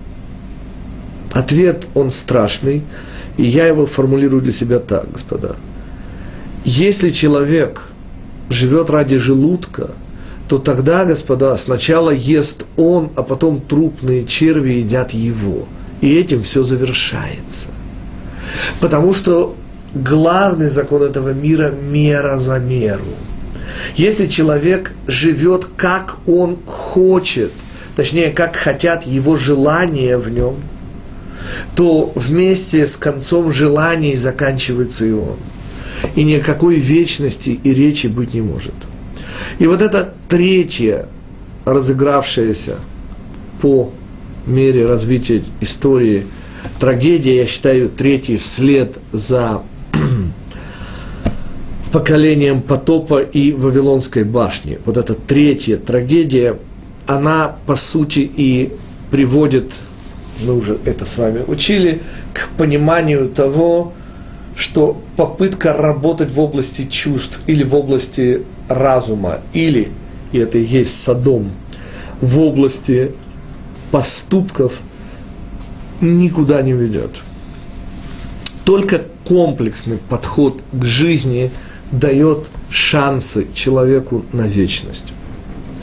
Ответ, он страшный, и я его формулирую для себя так, господа. Если человек живет ради желудка, то тогда, господа, сначала ест он, а потом трупные черви едят его. И этим все завершается. Потому что главный закон этого мира – мера за меру. Если человек живет, как он хочет, точнее, как хотят его желания в нем, то вместе с концом желаний заканчивается и он. И никакой вечности и речи быть не может. И вот это третье, разыгравшееся по мере развития истории трагедия, я считаю, третий вслед за поколением потопа и Вавилонской башни. Вот эта третья трагедия, она по сути и приводит, мы уже это с вами учили, к пониманию того, что попытка работать в области чувств или в области разума, или, и это и есть Содом, в области поступков никуда не ведет. Только комплексный подход к жизни дает шансы человеку на вечность.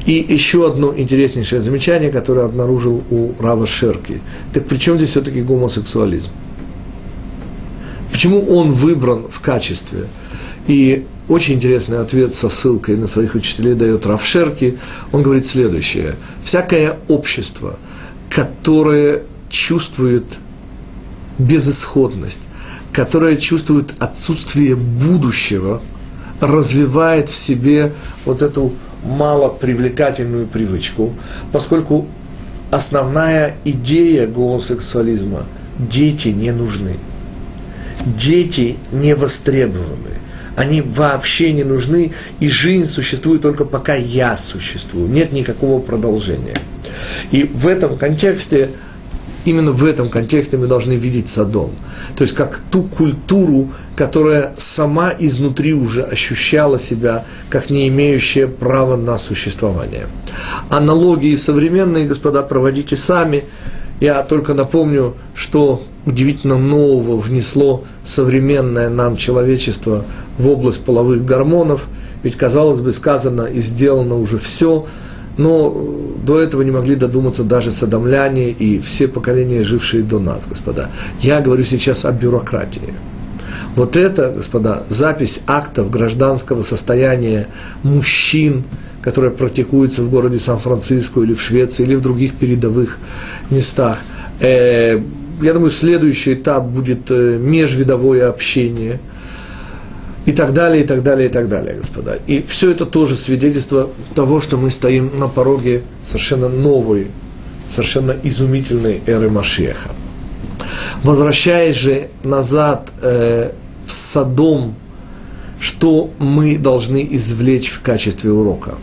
И еще одно интереснейшее замечание, которое обнаружил у Рава Шерки. Так при чем здесь все-таки гомосексуализм? Почему он выбран в качестве? И очень интересный ответ со ссылкой на своих учителей дает Рав Шерки. Он говорит следующее. Всякое общество, которое чувствует безысходность, которое чувствует отсутствие будущего, развивает в себе вот эту малопривлекательную привычку, поскольку основная идея гомосексуализма – дети не нужны. Дети не востребованы. Они вообще не нужны, и жизнь существует только пока я существую. Нет никакого продолжения. И в этом контексте, именно в этом контексте мы должны видеть Содом. То есть как ту культуру, которая сама изнутри уже ощущала себя как не имеющая права на существование. Аналогии современные, господа, проводите сами. Я только напомню, что удивительно нового внесло современное нам человечество в область половых гормонов. Ведь, казалось бы, сказано и сделано уже все, но до этого не могли додуматься даже содомляне и все поколения, жившие до нас, господа. Я говорю сейчас о бюрократии. Вот это, господа, запись актов гражданского состояния мужчин, которая практикуется в городе Сан-Франциско или в Швеции, или в других передовых местах. Я думаю, следующий этап будет межвидовое общение. И так далее, и так далее, и так далее, господа. И все это тоже свидетельство того, что мы стоим на пороге совершенно новой, совершенно изумительной эры Машиаха. Возвращаясь же назад в Содом, что мы должны извлечь в качестве урока?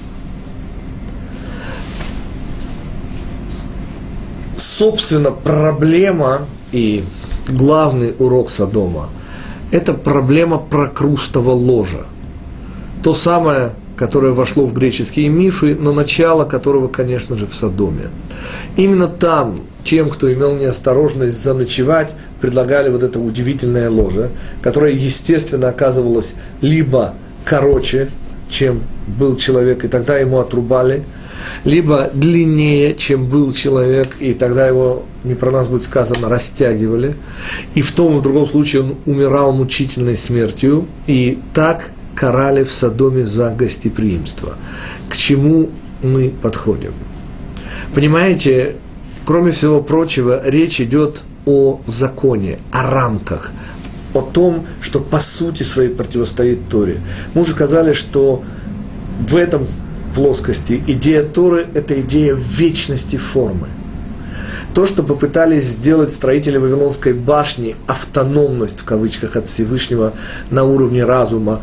Собственно, проблема и главный урок Содома – это проблема прокрустого ложа. То самое, которое вошло в греческие мифы, но начало которого, конечно же, в Содоме. Именно там тем, кто имел неосторожность заночевать, предлагали вот это удивительное ложе, которое, естественно, оказывалось либо короче, чем был человек, и тогда ему отрубали, либо длиннее, чем был человек, и тогда его, не про нас будет сказано, растягивали. И в том и в другом случае он умирал мучительной смертью, и так карали в Содоме за гостеприимство. К чему мы подходим? Понимаете, кроме всего прочего, речь идет о законе, о рамках, о том, что по сути своей противостоит Торе. Мы уже сказали, что в этом плоскости идея Торы – это идея вечности формы. То, что попытались сделать строители Вавилонской башни, автономность, в кавычках, от Всевышнего на уровне разума,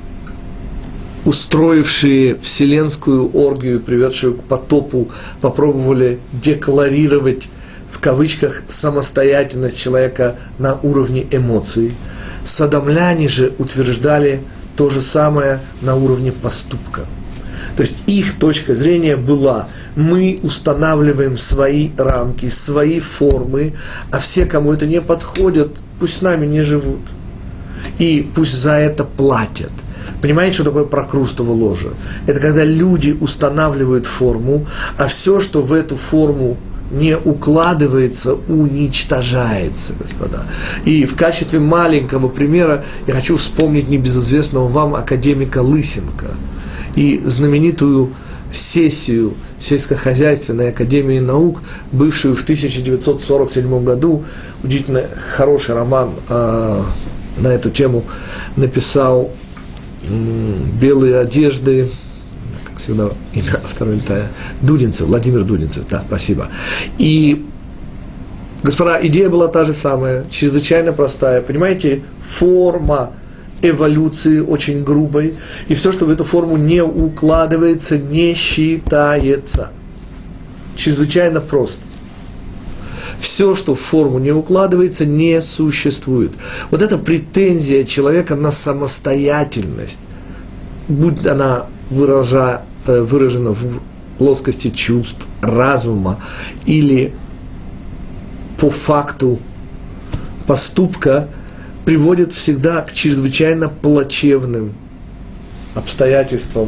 устроившие вселенскую оргию, приведшую к потопу, попробовали декларировать, в кавычках, самостоятельность человека на уровне эмоций. Содомляне же утверждали то же самое на уровне поступка. То есть их точка зрения была: мы устанавливаем свои рамки, свои формы, а все, кому это не подходит, пусть с нами не живут. И пусть за это платят. Понимаете, что такое прокрустово ложе? Это когда люди устанавливают форму, а все, что в эту форму не укладывается, уничтожается, господа. И в качестве маленького примера я хочу вспомнить небезызвестного вам академика Лысенко и знаменитую сессию сельскохозяйственной академии наук, бывшую в 1947 году. Удивительно хороший роман на эту тему написал «Белые одежды», как всегда, имя автора летая, Дудинцев, Владимир Дудинцев, да, спасибо. И, господа, идея была та же самая, чрезвычайно простая. Понимаете, форма эволюции очень грубой, и все, что в эту форму не укладывается, не считается. Чрезвычайно просто. Все, что в форму не укладывается, не существует. Вот эта претензия человека на самостоятельность, будь она выражена в плоскости чувств, разума или по факту поступка, приводит всегда к чрезвычайно плачевным обстоятельствам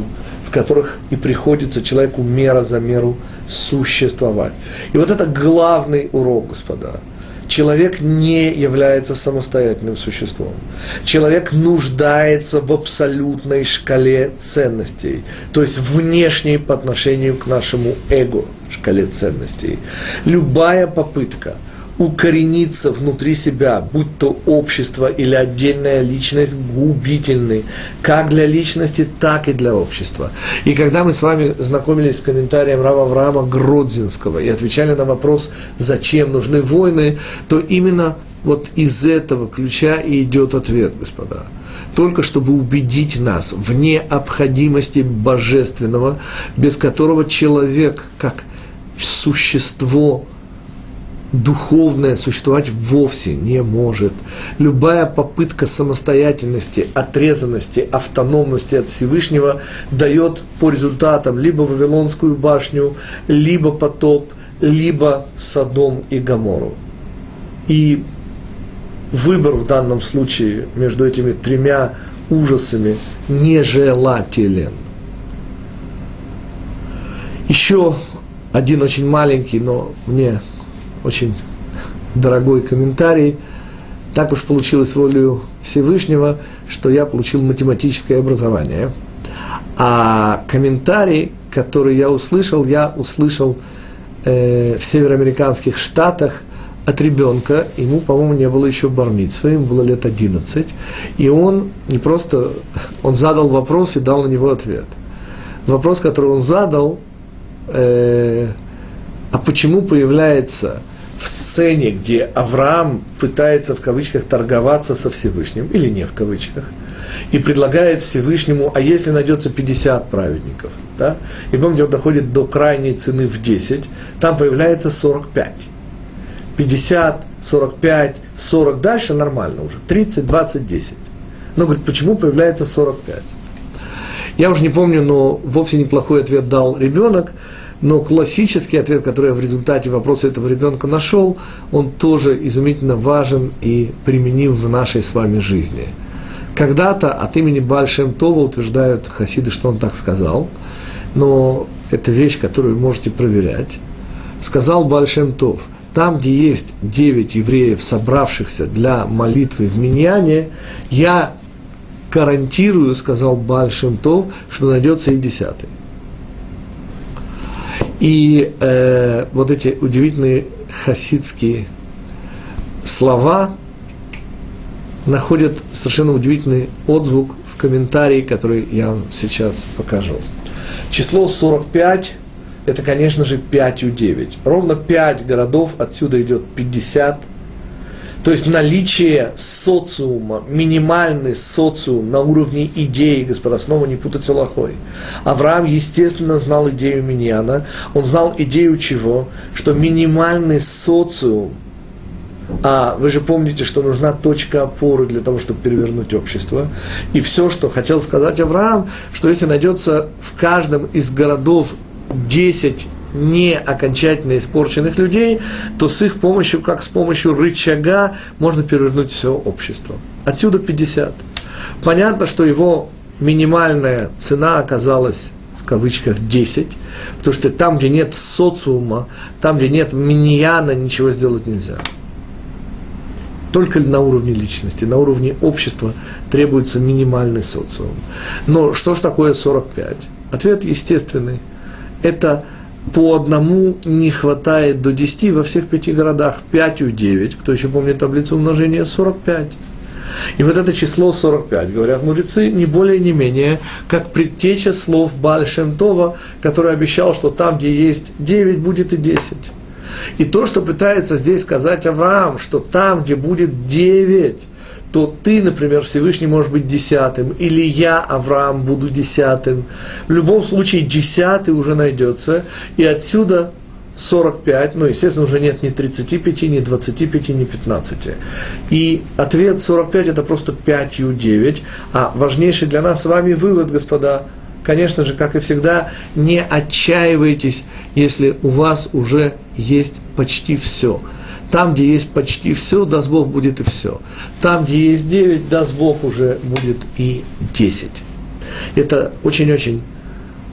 в которых и приходится человеку мера за меру существовать. И вот это главный урок, господа. Человек не является самостоятельным существом. Человек нуждается в абсолютной шкале ценностей, то есть внешней по отношению к нашему эго шкале ценностей. Любая попытка укорениться внутри себя, будь то общество или отдельная личность, губительны как для личности, так и для общества. И когда мы с вами знакомились с комментарием рава Авраама Гродзинского и отвечали на вопрос, зачем нужны войны, то именно вот из этого ключа и идет ответ, господа. Только чтобы убедить нас в необходимости божественного, без которого человек, как существо, духовное существовать вовсе не может. Любая попытка самостоятельности, отрезанности, автономности от Всевышнего дает по результатам либо Вавилонскую башню, либо потоп, либо Содом и Гоморру. И выбор в данном случае между этими тремя ужасами нежелателен. Еще один очень маленький, но мне очень дорогой комментарий. Так уж получилось волею Всевышнего, что я получил математическое образование. А комментарий, который я услышал в североамериканских штатах от ребенка. Ему, по-моему, не было еще бар-мицвы, ему было лет 11. И он не просто, он задал вопрос и дал на него ответ. Вопрос, который он задал, а почему появляется в сцене, где Авраам пытается в кавычках торговаться со Всевышним, или не в кавычках, и предлагает Всевышнему, а если найдется 50 праведников, да? И помните, он доходит до крайней цены в 10, там появляется 45. 50, 45, 40, дальше нормально уже, 30, 20, 10. Но, говорит, почему появляется 45? Я уже не помню, но вовсе неплохой ответ дал ребенок. Но классический ответ, который я в результате вопроса этого ребенка нашел, он тоже изумительно важен и применим в нашей с вами жизни. Когда-то от имени Бааль Шем Това утверждают хасиды, что он так сказал, но это вещь, которую вы можете проверять. Сказал Бааль Шем Това: там, где есть 9 евреев, собравшихся для молитвы в миньяне, я гарантирую, сказал Бааль Шем Това, что найдется и 10-й. И вот эти удивительные хасидские слова находят совершенно удивительный отзвук в комментарии, который я вам сейчас покажу. Число 45 – это, конечно же, 5-9. Ровно 5 городов, отсюда идет 50. То есть наличие социума, минимальный социум на уровне идеи, господа, снова не путать с Алахой. Авраам, естественно, знал идею миньяна. Он знал идею чего? Что минимальный социум, а вы же помните, что нужна точка опоры для того, чтобы перевернуть общество. И все, что хотел сказать Авраам, что если найдется в каждом из городов 10 не окончательно испорченных людей, то с их помощью, как с помощью рычага, можно перевернуть все общество. Отсюда 50. Понятно, что его минимальная цена оказалась в кавычках 10, потому что там, где нет социума, там, где нет миньяна, ничего сделать нельзя. Только на уровне личности, на уровне общества требуется минимальный социум. Но что ж такое 45? Ответ естественный. Это по одному не хватает до 10 во всех 5 городах. 5-9, кто еще помнит таблицу умножения, 45. И вот это число 45, говорят мудрецы, не более не менее, как предтеча слов Бааль Шем Това, который обещал, что там, где есть 9, будет и 10. И то, что пытается здесь сказать Авраам, что там, где будет 9, то ты, например, Всевышний можешь быть 10-м, или я, Авраам, буду 10-м. В любом случае 10-й уже найдется, и отсюда 45, ну, естественно, уже нет ни 35, ни 25, ни 15. И ответ 45 – это просто 5-9, а важнейший для нас с вами вывод, господа, конечно же, как и всегда, не отчаивайтесь, если у вас уже есть почти все. Там, где есть почти все, даст Бог, будет и все. Там, где есть 9, даст Бог, уже будет и 10. Это очень-очень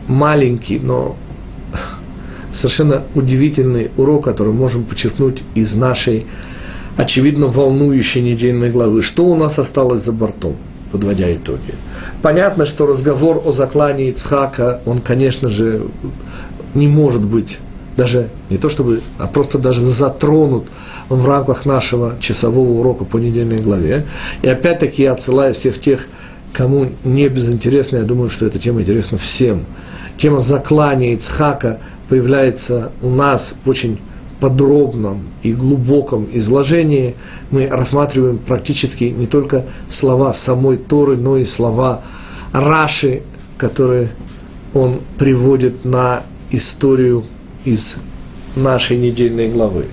маленький, но совершенно удивительный урок, который можем почерпнуть из нашей, очевидно, волнующей недельной главы. Что у нас осталось за бортом, подводя итоги? Понятно, что разговор о заклании Ицхака, он, конечно же, не может быть даже не то чтобы, а просто даже затронут в рамках нашего часового урока по недельной главе. И опять-таки я отсылаю всех тех, кому не безинтересно, я думаю, что эта тема интересна всем. Тема заклания Ицхака появляется у нас в очень подробном и глубоком изложении. Мы рассматриваем практически не только слова самой Торы, но и слова Раши, которые он приводит на историю из нашей недельной главы.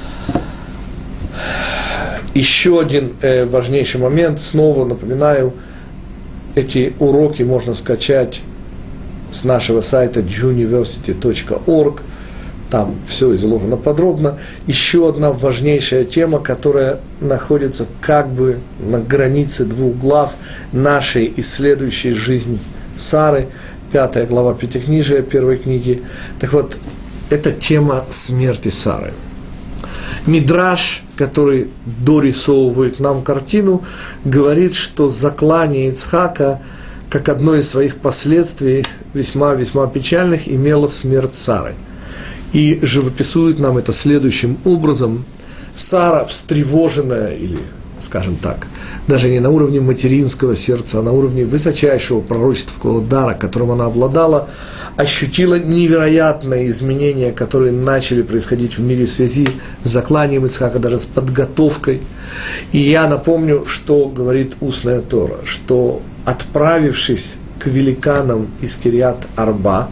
Еще один важнейший момент, снова напоминаю, эти уроки можно скачать с нашего сайта juniversity.org, там все изложено подробно. Еще одна важнейшая тема, которая находится как бы на границе двух глав нашей исследующей жизнь Сары, 5 глава Пятикнижия первой книги. Так вот, это тема смерти Сары. Мидраш, который дорисовывает нам картину, говорит, что заклание Ицхака, как одно из своих последствий, весьма-весьма печальных, имело смерть Сары. И живописует нам это следующим образом. Сара, встревоженная, или, скажем так, даже не на уровне материнского сердца, а на уровне высочайшего пророческого дара, которым она обладала, ощутила невероятные изменения, которые начали происходить в мире в связи с закланием Ицхака, даже с подготовкой. И я напомню, что говорит устная Тора, что, отправившись к великанам из Кирьят-Арба,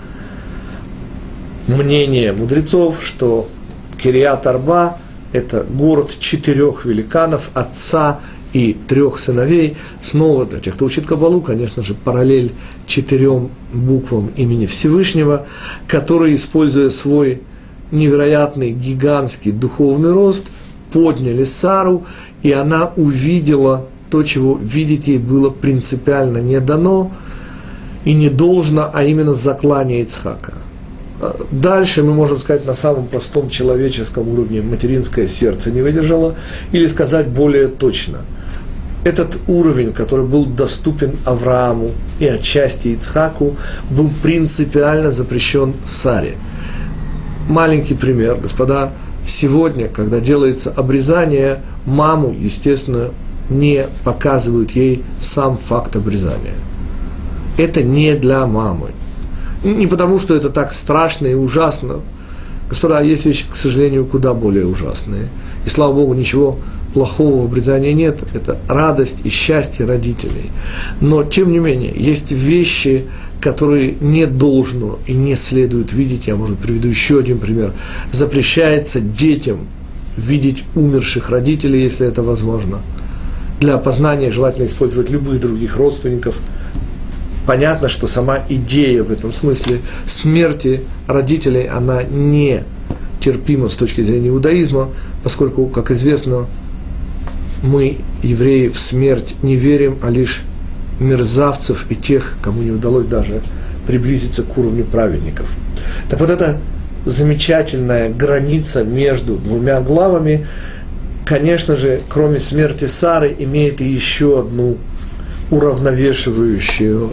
мнение мудрецов, что Кирьят-Арба – это город 4 великанов, отца и 3 сыновей. Снова для тех, кто учит Кабалу, конечно же, параллель 4 буквам имени Всевышнего, которые, используя свой невероятный, гигантский духовный рост, подняли Сару, и она увидела то, чего видеть ей было принципиально не дано и не должно, а именно заклание Ицхака. Дальше мы можем сказать на самом простом человеческом уровне: материнское сердце не выдержало, или сказать более точно: этот уровень, который был доступен Аврааму и отчасти Ицхаку, был принципиально запрещен Саре. Маленький пример, господа. Сегодня, когда делается обрезание, маму, естественно, не показывают ей сам факт обрезания. Это не для мамы. Не потому, что это так страшно и ужасно. Господа, есть вещи, к сожалению, куда более ужасные. И, слава Богу, ничего плохого в обрезании нет. Это радость и счастье родителей. Но, тем не менее, есть вещи, которые не должно и не следует видеть. Я, может, приведу еще один пример. Запрещается детям видеть умерших родителей, если это возможно. Для опознания желательно использовать любых других родственников. Понятно, что сама идея в этом смысле смерти родителей, она не терпима с точки зрения иудаизма, поскольку, как известно, мы, евреи, в смерть не верим, а лишь мерзавцев и тех, кому не удалось даже приблизиться к уровню праведников. Так вот, эта замечательная граница между двумя главами, конечно же, кроме смерти Сары, имеет и еще одну уравновешивающую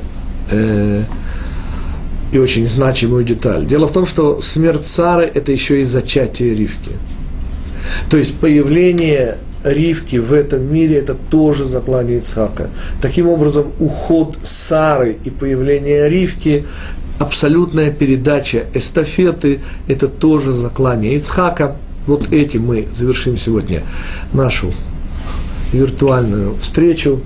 и очень значимую деталь. Дело в том, что смерть Сары – это еще и зачатие Ривки. То есть появление Ривки в этом мире – это тоже заклание Ицхака. Таким образом, уход Сары и появление Ривки – абсолютная передача эстафеты – это тоже заклание Ицхака. Вот этим мы завершим сегодня нашу виртуальную встречу.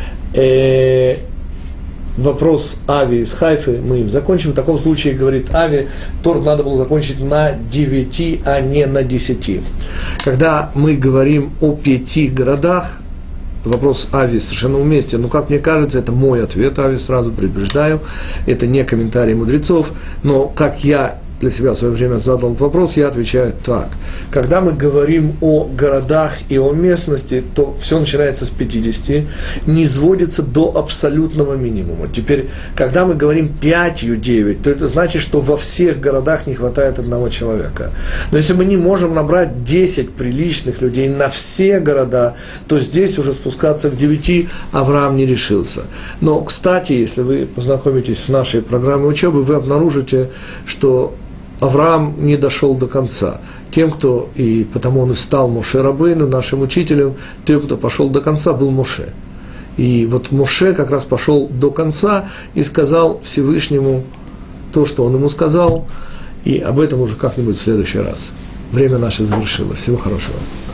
Вопрос Ави из Хайфы мы им закончим. В таком случае, говорит Ави, Тор надо было закончить на 9, а не на 10. Когда мы говорим о 5 городах, вопрос Ави совершенно уместен. Но, как мне кажется, это мой ответ, Ави, сразу предупреждаю. Это не комментарий мудрецов. Но, как я для себя в свое время задал этот вопрос, я отвечаю так. Когда мы говорим о городах и о местности, то все начинается с 50, не сводится до абсолютного минимума. Теперь, когда мы говорим 5-9, то это значит, что во всех городах не хватает одного человека. Но если мы не можем набрать 10 приличных людей на все города, то здесь уже спускаться к 9 Авраам не решился. Но, кстати, если вы познакомитесь с нашей программой учебы, вы обнаружите, что Авраам не дошел до конца. Тем, кто, и потому он и стал Моше Рабейну, нашим учителем, тем, кто пошел до конца, был Моше. И вот Моше как раз пошел до конца и сказал Всевышнему то, что он ему сказал, и об этом уже как-нибудь в следующий раз. Время наше завершилось. Всего хорошего.